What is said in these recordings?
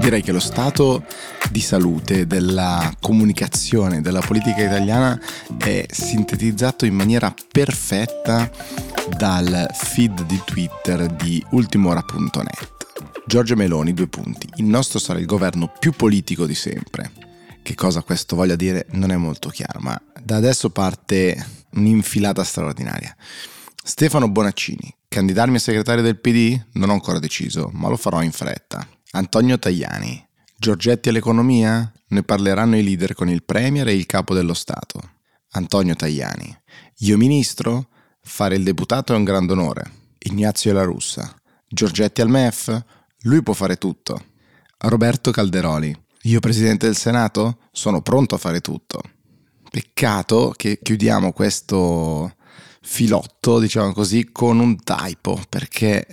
Direi che lo stato di salute della comunicazione, della politica italiana è sintetizzato in maniera perfetta dal feed di Twitter di ultimora.net. Giorgia Meloni, : il nostro sarà il governo più politico di sempre. Che cosa questo voglia dire non è molto chiaro, ma da adesso parte un'infilata straordinaria. Stefano Bonaccini, candidarmi a segretario del PD? Non ho ancora deciso, ma lo farò in fretta. Antonio Tajani, Giorgetti all'economia? Ne parleranno i leader con il premier e il capo dello Stato. Antonio Tajani, io ministro? Fare il deputato è un grande onore. Ignazio La Russa, Giorgetti al MEF? Lui può fare tutto. Roberto Calderoli, io presidente del Senato? Sono pronto a fare tutto. Peccato che chiudiamo questo filotto, diciamo così, con un typo, perché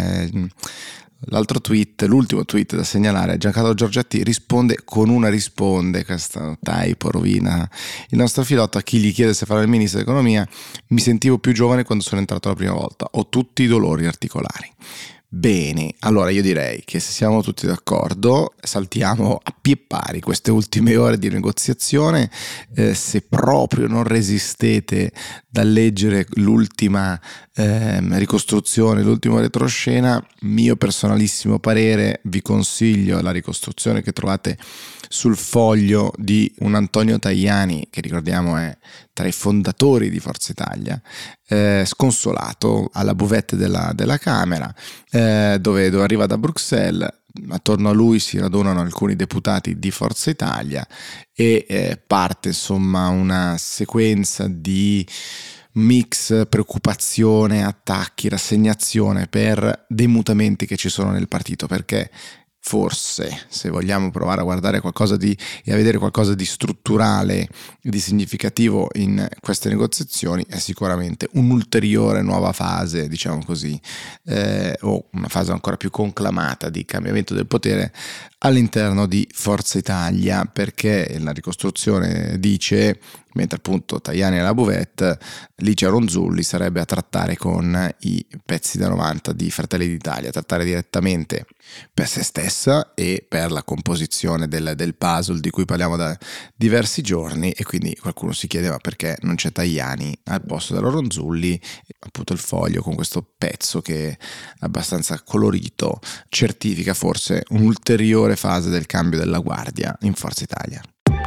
l'ultimo tweet da segnalare, Giancarlo Giorgetti risponde con una risponde, questo typo rovina il nostro filotto. A chi gli chiede se farà il ministro dell'economia: mi sentivo più giovane quando sono entrato la prima volta, ho tutti i dolori articolari. Bene, allora io direi che se siamo tutti d'accordo saltiamo a piè pari queste ultime ore di negoziazione. Se proprio non resistete dal leggere l'ultima ricostruzione, l'ultima retroscena, mio personalissimo parere, vi consiglio la ricostruzione che trovate sul Foglio di un Antonio Tajani, che ricordiamo è tra i fondatori di Forza Italia, sconsolato alla buvette della Camera, dove arriva da Bruxelles. Attorno a lui si radunano alcuni deputati di Forza Italia e parte insomma una sequenza di mix, preoccupazione, attacchi, rassegnazione per dei mutamenti che ci sono nel partito, perché forse, se vogliamo provare a guardare e a vedere qualcosa di strutturale, di significativo in queste negoziazioni, è sicuramente un'ulteriore nuova fase, diciamo così, o una fase ancora più conclamata di cambiamento del potere all'interno di Forza Italia, perché la ricostruzione dice, mentre appunto Tajani e la buvette, Licia Ronzulli sarebbe a trattare con i pezzi da 90 di Fratelli d'Italia, a trattare direttamente per se stessa e per la composizione del puzzle di cui parliamo da diversi giorni. E quindi qualcuno si chiedeva perché non c'è Tajani al posto della Ronzulli. Appunto il Foglio, con questo pezzo che è abbastanza colorito, certifica forse un'ulteriore fase del cambio della guardia in Forza Italia.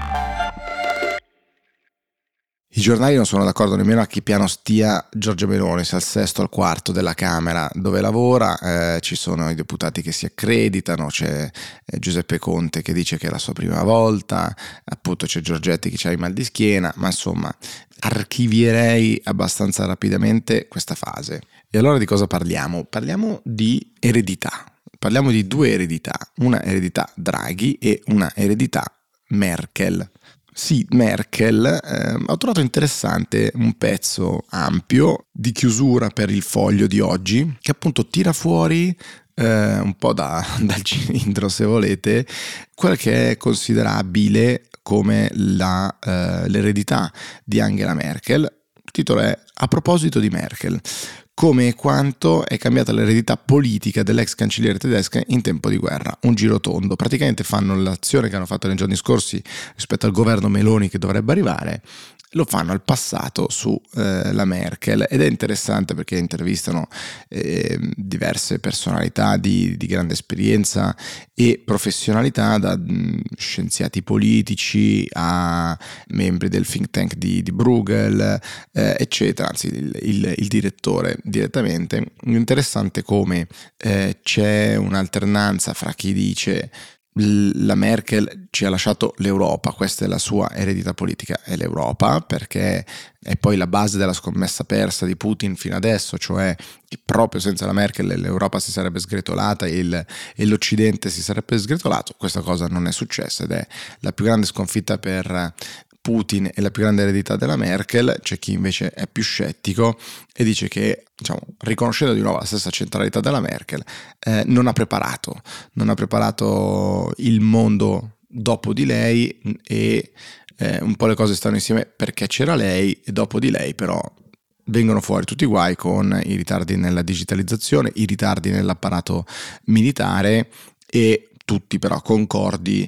I giornali non sono d'accordo nemmeno a che piano stia Giorgia Meloni, se al sesto o al quarto della Camera dove lavora. Ci sono i deputati che si accreditano, c'è Giuseppe Conte che dice che è la sua prima volta, appunto c'è Giorgetti che ha i mal di schiena, ma insomma archivierei abbastanza rapidamente questa fase. E allora di cosa parliamo? Parliamo di eredità, parliamo di due eredità, una eredità Draghi e una eredità Merkel. Sì, Merkel, ho trovato interessante un pezzo ampio di chiusura per il Foglio di oggi, che appunto tira fuori un po' dal cilindro, se volete, quella che è considerabile come l'eredità di Angela Merkel. Il titolo è "A proposito di Merkel, come e quanto è cambiata l'eredità politica dell'ex cancelliere tedesca in tempo di guerra". Un giro tondo, praticamente fanno l'azione che hanno fatto nei giorni scorsi rispetto al governo Meloni che dovrebbe arrivare, lo fanno al passato su la Merkel, ed è interessante perché intervistano diverse personalità di grande esperienza e professionalità, da scienziati politici a membri del think tank di Bruegel, eccetera, anzi il direttore direttamente. Interessante come c'è un'alternanza fra chi dice la Merkel ci ha lasciato l'Europa, questa è la sua eredità politica, è l'Europa, perché è poi la base della scommessa persa di Putin fino adesso, cioè che proprio senza la Merkel l'Europa si sarebbe sgretolata e l'Occidente si sarebbe sgretolato. Questa cosa non è successa ed è la più grande sconfitta per Putin e la più grande eredità della Merkel. C'è chi invece è più scettico e dice che, diciamo, riconoscendo di nuovo la stessa centralità della Merkel, non ha preparato il mondo dopo di lei, e un po' le cose stanno insieme perché c'era lei e dopo di lei però vengono fuori tutti i guai con i ritardi nella digitalizzazione, i ritardi nell'apparato militare e tutti però concordi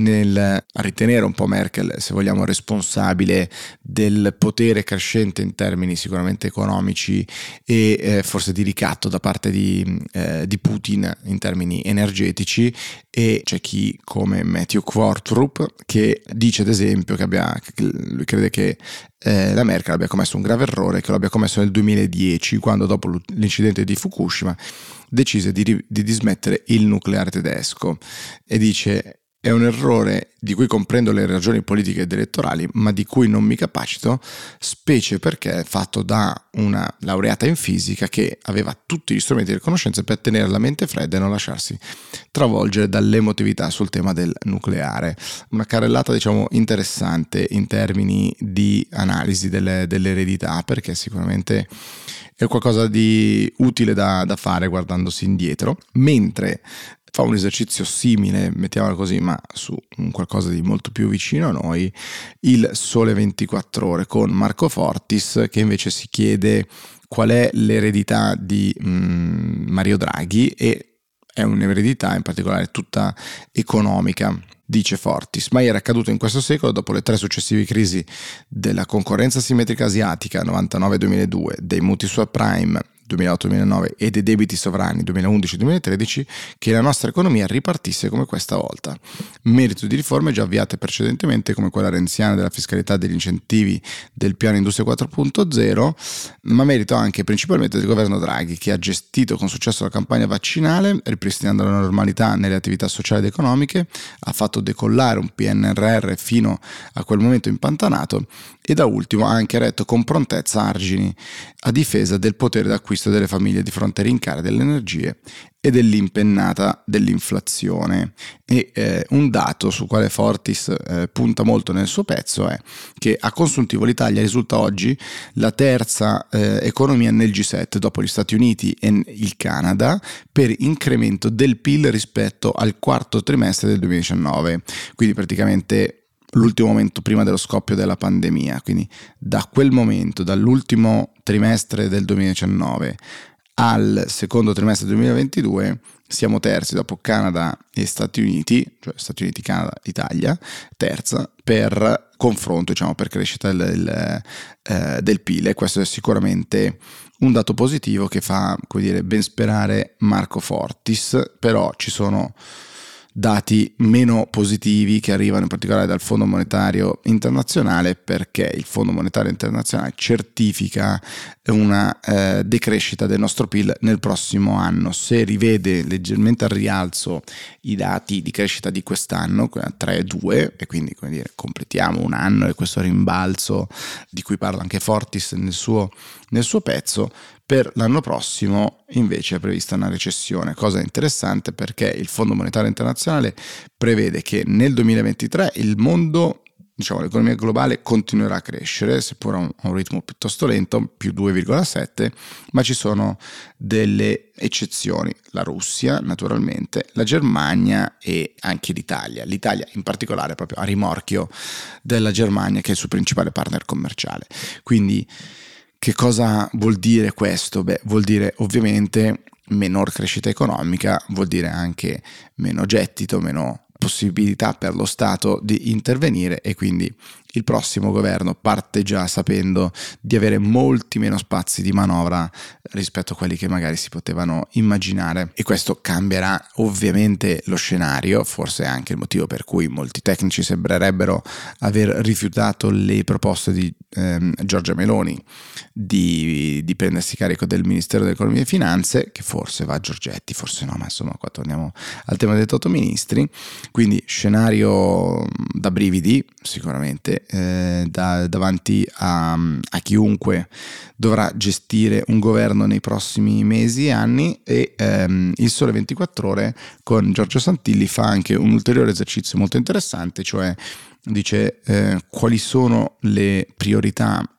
nel ritenere un po' Merkel, se vogliamo, responsabile del potere crescente in termini sicuramente economici e forse di ricatto da parte di Putin in termini energetici, e c'è chi come Matthew Quartrup che dice ad esempio che lui crede che la Merkel abbia commesso un grave errore, che lo abbia commesso nel 2010, quando dopo l'incidente di Fukushima decise di dismettere il nucleare tedesco, e dice: è un errore di cui comprendo le ragioni politiche ed elettorali, ma di cui non mi capacito, specie perché è fatto da una laureata in fisica che aveva tutti gli strumenti di conoscenza per tenere la mente fredda e non lasciarsi travolgere dall'emotività sul tema del nucleare. Una carrellata, diciamo, interessante in termini di analisi dell'eredità, perché sicuramente è qualcosa di utile da fare guardandosi indietro, mentre fa un esercizio simile, mettiamola così, ma su qualcosa di molto più vicino a noi, il Sole 24 Ore con Marco Fortis, che invece si chiede qual è l'eredità di Mario Draghi, e è un'eredità in particolare tutta economica. Dice Fortis: mai era accaduto in questo secolo, dopo le 3 successive crisi della concorrenza simmetrica asiatica 99-2002, dei mutui subprime 2008-2009 e dei debiti sovrani 2011-2013, che la nostra economia ripartisse come questa volta. Merito di riforme già avviate precedentemente, come quella renziana della fiscalità e degli incentivi del piano Industria 4.0, ma merito anche principalmente del governo Draghi, che ha gestito con successo la campagna vaccinale, ripristinando la normalità nelle attività sociali ed economiche, ha fatto decollare un PNRR fino a quel momento impantanato, e da ultimo ha anche retto con prontezza argini a difesa del potere d'acquisto delle famiglie di fronte ai rincari delle energie e dell'impennata dell'inflazione. E un dato su quale Fortis punta molto nel suo pezzo è che a consuntivo l'Italia risulta oggi la terza economia nel G7 dopo gli Stati Uniti e il Canada per incremento del PIL rispetto al quarto trimestre del 2019, quindi praticamente l'ultimo momento prima dello scoppio della pandemia. Quindi da quel momento, dall'ultimo trimestre del 2019 al secondo trimestre del 2022, siamo terzi dopo Canada e Stati Uniti, cioè Stati Uniti, Canada, Italia, terza per confronto, diciamo, per crescita del PIL, e questo è sicuramente un dato positivo che fa, come dire, ben sperare Marco Fortis. Però ci sono dati meno positivi che arrivano in particolare dal Fondo Monetario Internazionale, perché il Fondo Monetario Internazionale certifica una decrescita del nostro PIL nel prossimo anno. Se rivede leggermente al rialzo i dati di crescita di quest'anno, 3,2, e quindi, come dire, completiamo un anno e questo rimbalzo di cui parla anche Fortis nel suo pezzo, per l'anno prossimo invece è prevista una recessione, cosa interessante perché il Fondo Monetario Internazionale prevede che nel 2023 il mondo, diciamo l'economia globale, continuerà a crescere, seppur a un ritmo piuttosto lento, più 2,7, ma ci sono delle eccezioni: la Russia naturalmente, la Germania e anche l'Italia. L'Italia in particolare proprio a rimorchio della Germania, che è il suo principale partner commerciale. Quindi che cosa vuol dire questo? Beh, vuol dire ovviamente minor crescita economica, vuol dire anche meno gettito, meno possibilità per lo Stato di intervenire, e quindi il prossimo governo parte già sapendo di avere molti meno spazi di manovra rispetto a quelli che magari si potevano immaginare, e questo cambierà ovviamente lo scenario, forse anche il motivo per cui molti tecnici sembrerebbero aver rifiutato le proposte di Giorgia Meloni di prendersi carico del Ministero dell'Economia e Finanze, che forse va a Giorgetti, forse no, ma insomma qua torniamo al tema dei 8 ministri. Quindi scenario da brividi sicuramente, davanti a chiunque dovrà gestire un governo nei prossimi mesi e anni. E il Sole 24 Ore con Giorgio Santilli fa anche un ulteriore esercizio molto interessante, cioè dice quali sono le priorità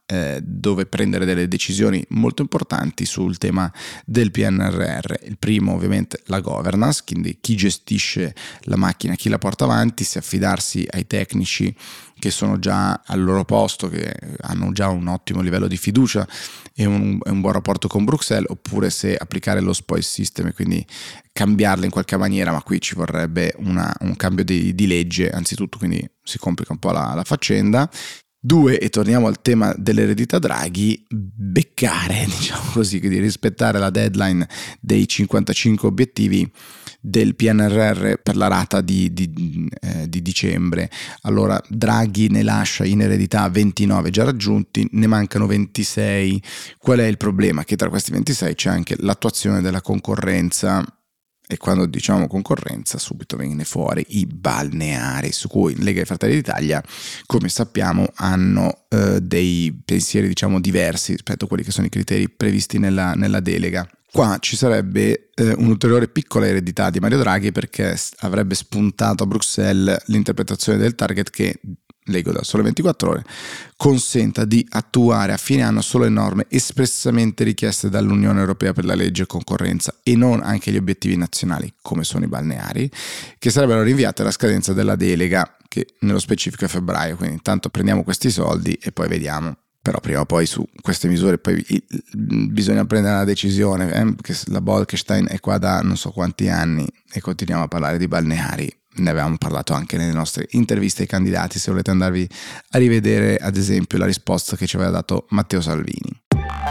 dove prendere delle decisioni molto importanti sul tema del PNRR. Il primo ovviamente la governance, quindi chi gestisce la macchina, chi la porta avanti, se affidarsi ai tecnici che sono già al loro posto, che hanno già un ottimo livello di fiducia e un buon rapporto con Bruxelles, oppure se applicare lo spoil system e quindi cambiarla in qualche maniera, ma qui ci vorrebbe un cambio di legge anzitutto, quindi si complica un po' la faccenda. 2, e torniamo al tema dell'eredità Draghi, beccare, diciamo così, quindi rispettare la deadline dei 55 obiettivi del PNRR per la rata di dicembre. Allora Draghi ne lascia in eredità 29 già raggiunti, ne mancano 26. Qual è il problema? Che tra questi 26 c'è anche l'attuazione della concorrenza. E quando diciamo concorrenza subito viene fuori i balneari, su cui Lega e Fratelli d'Italia, come sappiamo, hanno dei pensieri diciamo diversi rispetto a quelli che sono i criteri previsti nella delega. Qua ci sarebbe un'ulteriore piccola eredità di Mario Draghi, perché avrebbe spuntato a Bruxelles l'interpretazione del target che, leggo da Sole 24 Ore, consenta di attuare a fine anno solo le norme espressamente richieste dall'Unione Europea per la legge concorrenza e non anche gli obiettivi nazionali, come sono i balneari, che sarebbero rinviati alla scadenza della delega, che nello specifico è febbraio. Quindi intanto prendiamo questi soldi e poi vediamo. Però prima o poi su queste misure poi bisogna prendere una decisione, che la Bolkestein è qua da non so quanti anni e continuiamo a parlare di balneari. Ne avevamo parlato anche nelle nostre interviste ai candidati, se volete andarvi a rivedere ad esempio la risposta che ci aveva dato Matteo Salvini.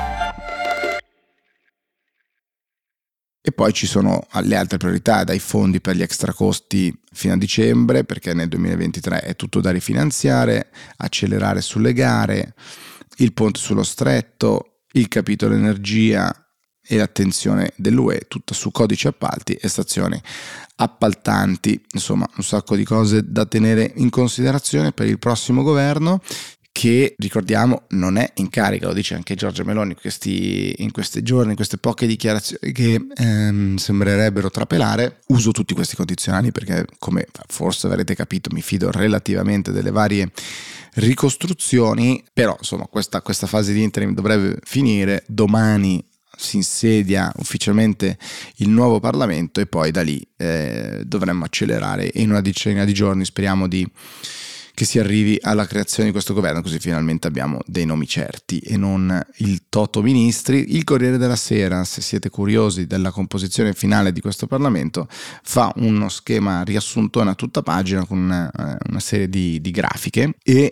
E poi ci sono le altre priorità, dai fondi per gli extracosti fino a dicembre, perché nel 2023 è tutto da rifinanziare, accelerare sulle gare, il ponte sullo stretto, il capitolo energia e l'attenzione dell'UE tutta su codici appalti e stazioni appaltanti. Insomma, un sacco di cose da tenere in considerazione per il prossimo governo, che ricordiamo non è in carica, lo dice anche Giorgia Meloni in questi giorni, in queste poche dichiarazioni che sembrerebbero trapelare. Uso tutti questi condizionali perché, come forse avrete capito, mi fido relativamente delle varie ricostruzioni, però insomma questa fase di interim dovrebbe finire domani. Si insedia ufficialmente il nuovo Parlamento e poi da lì dovremmo accelerare e in una decina di giorni speriamo che si arrivi alla creazione di questo governo, così finalmente abbiamo dei nomi certi e non il toto ministri. Il Corriere della Sera, se siete curiosi della composizione finale di questo Parlamento, fa uno schema riassuntone a tutta pagina con una serie di grafiche e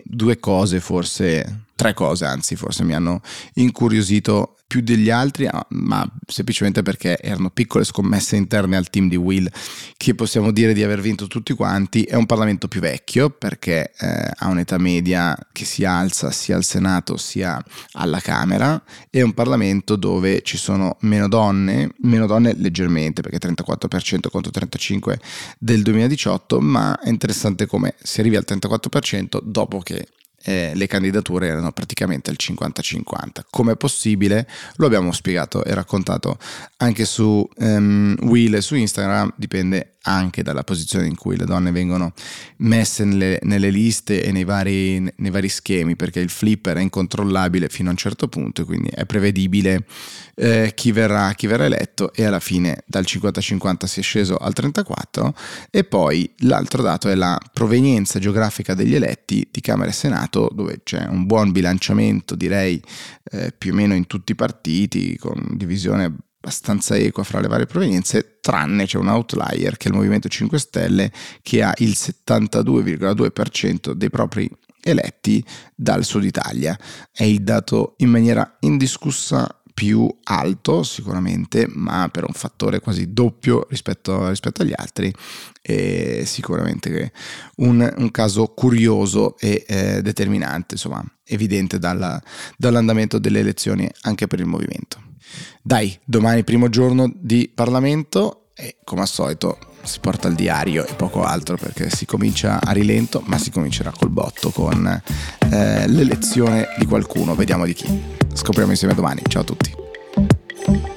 tre cose anzi forse mi hanno incuriosito più degli altri, ma semplicemente perché erano piccole scommesse interne al team di Will, che possiamo dire di aver vinto tutti quanti. È un Parlamento più vecchio perché ha un'età media che si alza sia al Senato sia alla Camera, è un Parlamento dove ci sono meno donne leggermente, perché 34% contro 35% del 2018, ma è interessante come si arrivi al 34% dopo che le candidature erano praticamente al 50-50. Com'è possibile? Lo abbiamo spiegato e raccontato anche su Will e su Instagram. Dipende anche dalla posizione in cui le donne vengono messe nelle liste e nei vari schemi, perché il flipper è incontrollabile fino a un certo punto e quindi è prevedibile chi verrà eletto, e alla fine dal 50-50 si è sceso al 34%. E poi l'altro dato è la provenienza geografica degli eletti di Camera e Senato, dove c'è un buon bilanciamento, direi più o meno in tutti i partiti, con divisione abbastanza equa fra le varie provenienze, tranne c'è un outlier che è il Movimento 5 Stelle, che ha il 72,2% dei propri eletti dal Sud Italia. È il dato in maniera indiscussa più alto sicuramente, ma per un fattore quasi doppio rispetto agli altri. E sicuramente un caso curioso e determinante, insomma evidente dall'andamento delle elezioni anche per il movimento. Dai, domani primo giorno di Parlamento e come al solito si porta il diario e poco altro, perché si comincia a rilento, ma si comincerà col botto con l'elezione di qualcuno. Vediamo di chi. Scopriamo insieme domani. Ciao a tutti.